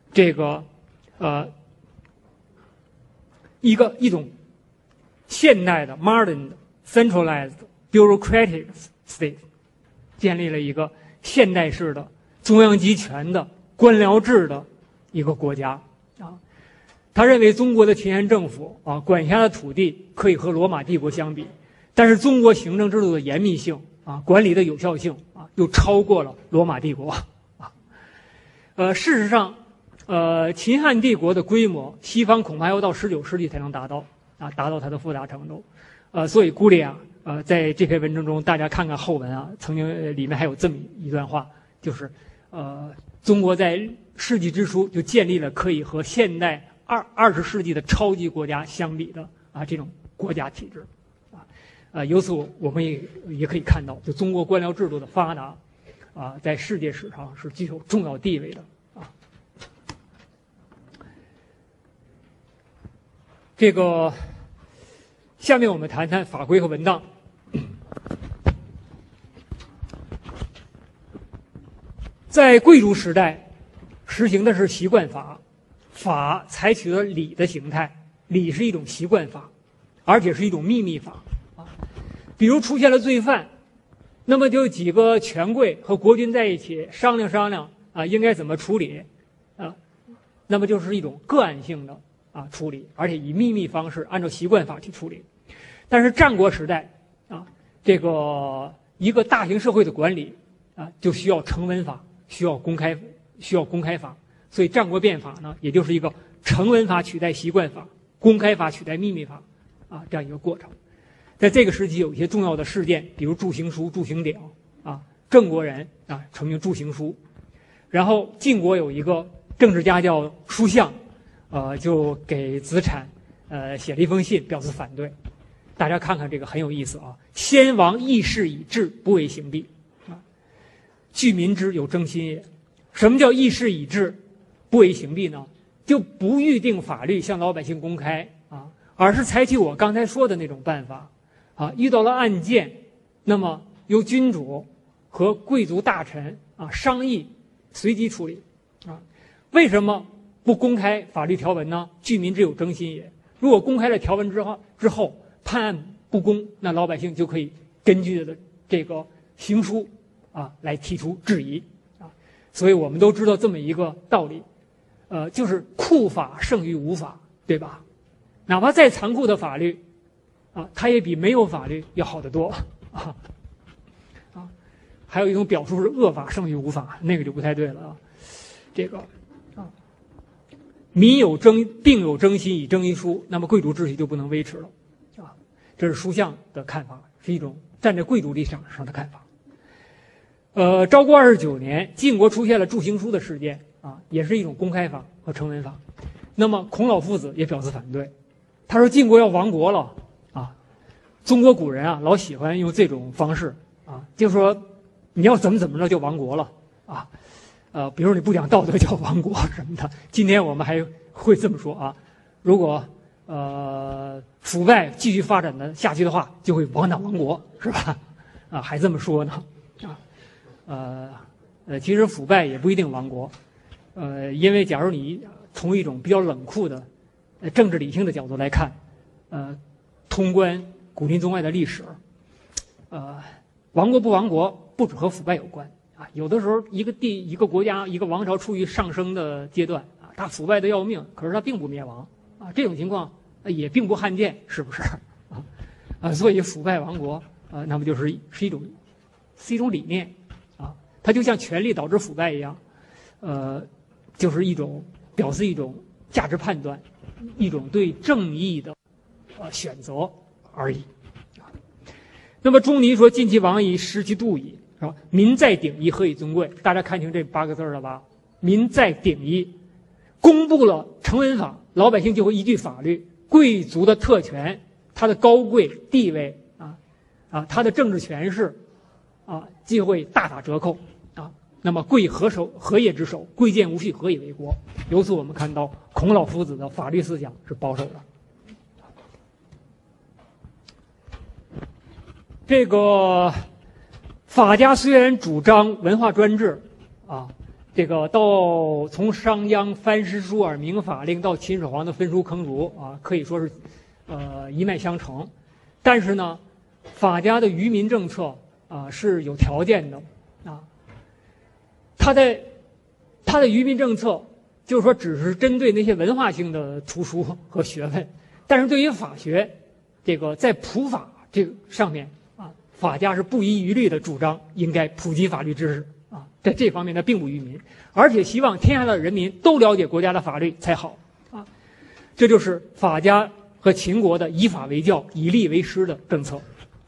一种现代的 modern centralized bureaucratic state， 建立了一个现代式的中央集权的官僚制的一个国家啊。他认为中国的前线政府啊，管辖的土地可以和罗马帝国相比，但是中国行政制度的严密性啊，管理的有效性啊，又超过了罗马帝国啊。事实上，秦汉帝国的规模，西方恐怕要到19世纪才能达到它的复杂程度。所以古里啊，在这篇文章中，大家看看后文啊，曾经里面还有这么一段话，就是中国在世纪之初就建立了可以和现代20世纪的超级国家相比的这种国家体制由此我们也可以看到，就中国官僚制度的发达在世界史上是具有重要地位的这个下面我们谈谈法规和文档。在贵族时代实行的是习惯法，法采取了礼的形态，礼是一种习惯法，而且是一种秘密法比如出现了罪犯，那么就几个权贵和国君在一起商量应该怎么处理那么就是一种个案性的处理，而且以秘密方式按照习惯法去处理。但是战国时代这个一个大型社会的管理就需要成文法，需要公开法，所以战国变法呢，也就是一个成文法取代习惯法，公开法取代秘密法这样一个过程。在这个时期有一些重要的事件，比如铸刑书、铸刑鼎郑国人成名铸刑书，然后晋国有一个政治家叫叔向就给子产写了一封信表示反对。大家看看这个很有意思先王议事以治，不为刑弊据民之有征心也。什么叫议事以治，不为刑弊呢？就不预定法律向老百姓公开而是采取我刚才说的那种办法遇到了案件，那么由君主和贵族大臣商议，随机处理为什么不公开法律条文呢？据民之有征心也。如果公开了条文之后判案不公，那老百姓就可以根据的这个刑书来提出质疑所以我们都知道这么一个道理就是酷法胜于无法，对吧？哪怕再残酷的法律它也比没有法律要好得多还有一种表述是恶法胜于无法，那个就不太对了这个民并有征心以征一书，那么贵族秩序就不能维持了这是书向的看法，是一种站在贵族立场上的看法。昭国29年，晋国出现了铸刑书的事件也是一种公开法和成文法。那么孔老夫子也表示反对，他说晋国要亡国了中国古人老喜欢用这种方式就说你要怎么着就亡国了比如你不讲道德叫亡国什么的。今天我们还会这么说如果腐败继续发展的下去的话，就会亡党亡国，是吧？还这么说呢其实腐败也不一定亡国因为假如你从一种比较冷酷的政治理性的角度来看通关古今中外的历史亡国不亡国不只和腐败有关有的时候一个国家一个王朝处于上升的阶段它腐败的要命，可是它并不灭亡这种情况也并不罕见，是不是所以腐败亡国那么是一种理念它就像权力导致腐败一样就是表示一种价值判断，一种对正义的选择而已那么仲尼说尽其王矣，失其度矣民在鼎一，何以尊贵？大家看清这8个字了吧？民在鼎一，公布了成文法，老百姓就会依据法律，贵族的特权，他的高贵地位他的政治权势就会大打折扣那么贵何业之首？贵贱无序，何以为国？由此我们看到孔老夫子的法律思想是保守的。这个法家虽然主张文化专制，这个从商鞅藩师疏尔明法令到秦始皇的焚书坑儒可以说是一脉相承，但是呢，法家的愚民政策是有条件的他的愚民政策就是说只是针对那些文化性的图书和学问，但是对于法学这个在普法这个上面法家是不遗余力的主张应该普及法律知识在这方面呢并不愚民，而且希望天下的人民都了解国家的法律才好这就是法家和秦国的以法为教以吏为师的政策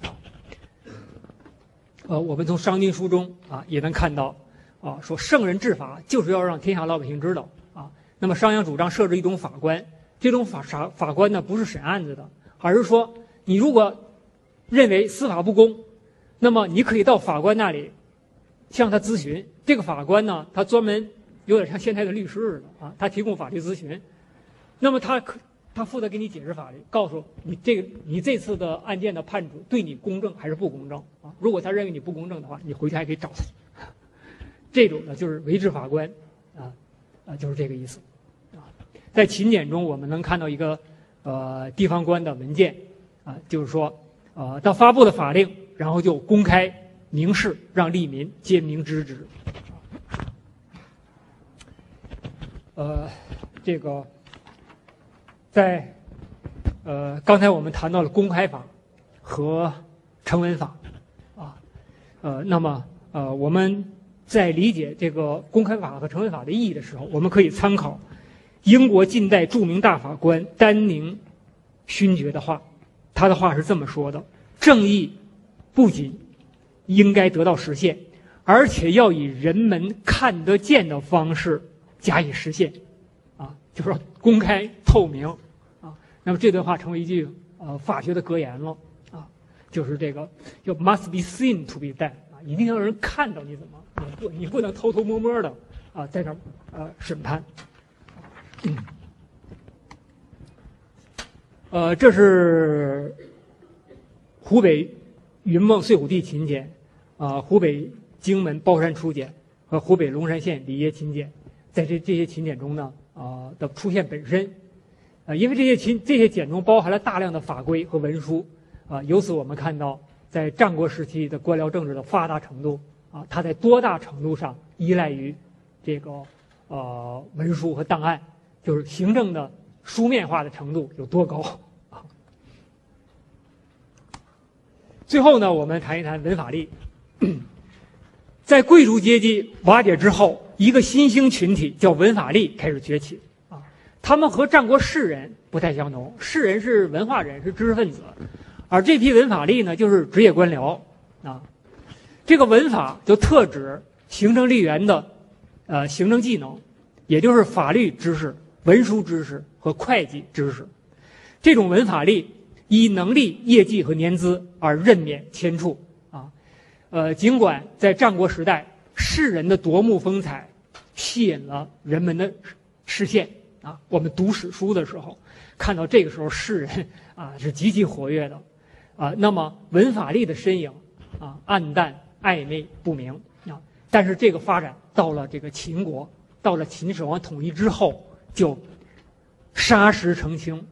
我们从商君书中也能看到说圣人治法就是要让天下老百姓知道那么商鞅主张设置一种法官，这种法官呢不是审案子的，而是说你如果认为司法不公，那么你可以到法官那里向他咨询。这个法官呢，他专门有点像现在的律师似的他提供法律咨询。那么他负责给你解释法律，告诉你这次的案件的判处对你公正还是不公正如果他认为你不公正的话，你回去还可以找他。这种呢就是维持法官就是这个意思在秦简中我们能看到一个地方官的文件就是说他发布的法令，然后就公开明示，让吏民皆明知之这个在刚才我们谈到了公开法和成文法那么我们在理解这个公开法和成文法的意义的时候，我们可以参考英国近代著名大法官丹宁勋爵的话，他的话是这么说的：正义不仅应该得到实现，而且要以人们看得见的方式加以实现就是说公开透明那么这段话成为一句法学的格言了就是这个就 must be seen to be done一定要让人看到你怎么你不能偷偷摸摸的在那审判这是湖北云梦睡虎地秦简湖北荆门包山初简和湖北龙山县里耶秦简，在这些秦简中呢的出现本身因为这些简中包含了大量的法规和文书由此我们看到在战国时期的官僚政治的发达程度它在多大程度上依赖于这个文书和档案，就是行政的书面化的程度有多高最后呢，我们谈一谈文法吏。在贵族阶级瓦解之后，一个新兴群体叫文法吏开始崛起他们和战国士人不太相同，士人是文化人，是知识分子，而这批文法吏呢，就是职业官僚这个文法就特指行政吏员的行政技能，也就是法律知识、文书知识和会计知识。这种文法吏依能力、业绩和年资而任免迁黜尽管在战国时代士人的夺目风采吸引了人们的视线我们读史书的时候看到这个时候士人是极其活跃的那么文法吏的身影暗淡暧昧不明但是这个发展到了这个秦国，到了秦始皇统一之后，就沙石澄清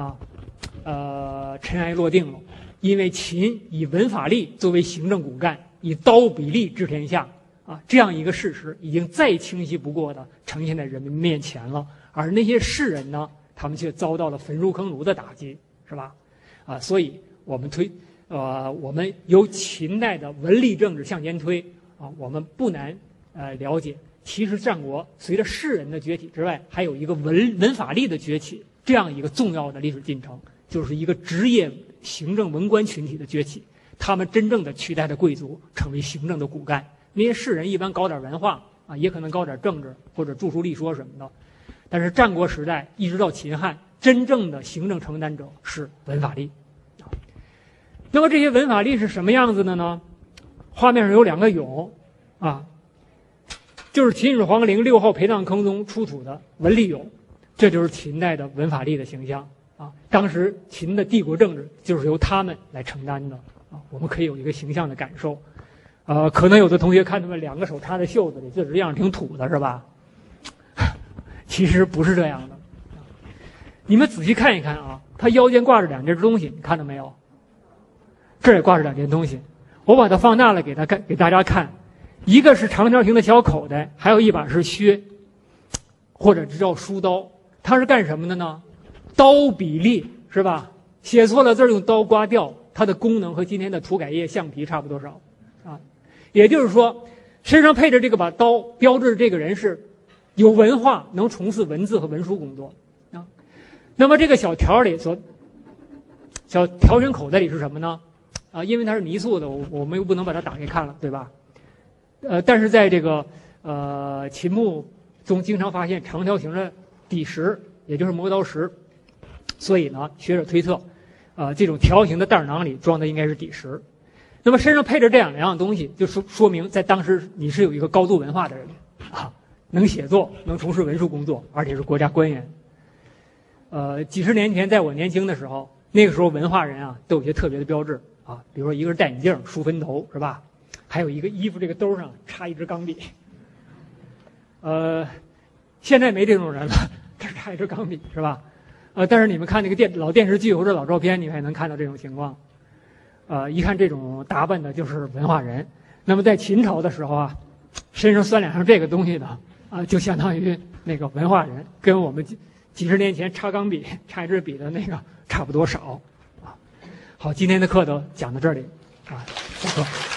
尘埃落定了。因为秦以文法吏作为行政骨干，以刀笔吏治天下这样一个事实已经再清晰不过的呈现在人们面前了。而那些士人呢，他们却遭到了焚书坑儒的打击，是吧？所以我们由秦代的文吏政治向前推我们不难了解，其实战国随着士人的崛起之外，还有一个文法吏的崛起，这样一个重要的历史进程，就是一个职业行政文官群体的崛起。他们真正的取代了贵族，成为行政的骨干。那些士人一般搞点文化也可能搞点政治或者著书立说什么的。但是战国时代一直到秦汉，真正的行政承担者是文法吏。那么这些文法吏是什么样子的呢？画面上有两个俑就是秦始皇陵6号陪葬坑中出土的文吏俑，这就是秦代的文法吏的形象当时秦的帝国政治就是由他们来承担的我们可以有一个形象的感受可能有的同学看他们两个手插在袖子里，这样挺土的，是吧？其实不是这样的。你们仔细看一看啊，他腰间挂着两件东西，你看到没有？这儿也挂着两件东西，我把它放大了给大家看，一个是长条形的小口袋，还有一把是削，或者叫书刀。它是干什么的呢？刀笔利，是吧？写错了字用刀刮掉，它的功能和今天的涂改液、橡皮差不多少啊。也就是说，身上配着这个把刀，标志这个人是有文化，能从事文字和文书工作啊。那么这个小条形口袋里是什么呢？啊，因为它是泥塑的，我们又不能把它打开看了，对吧？但是在这个秦墓中经常发现长条形的底石，也就是磨刀石，所以呢，学者推测，这种条形的袋囊里装的应该是底石。那么身上配着这两样东西，就说明在当时你是有一个高度文化的人啊，能写作，能从事文书工作，而且是国家官员。几十年前，在我年轻的时候，那个时候文化人啊都有些特别的标志啊，比如说一个是戴眼镜、梳分头，是吧？还有一个衣服这个兜上插一支钢笔。现在没这种人了，这插一支钢笔是吧？但是你们看那个老电视剧或者老照片，你还能看到这种情况。一看这种打扮的就是文化人。那么在秦朝的时候啊，身上3两上这个东西的啊，就相当于那个文化人，跟我们几十年前插钢笔、插一支笔的那个差不多少啊。好，今天的课都讲到这里啊，下课。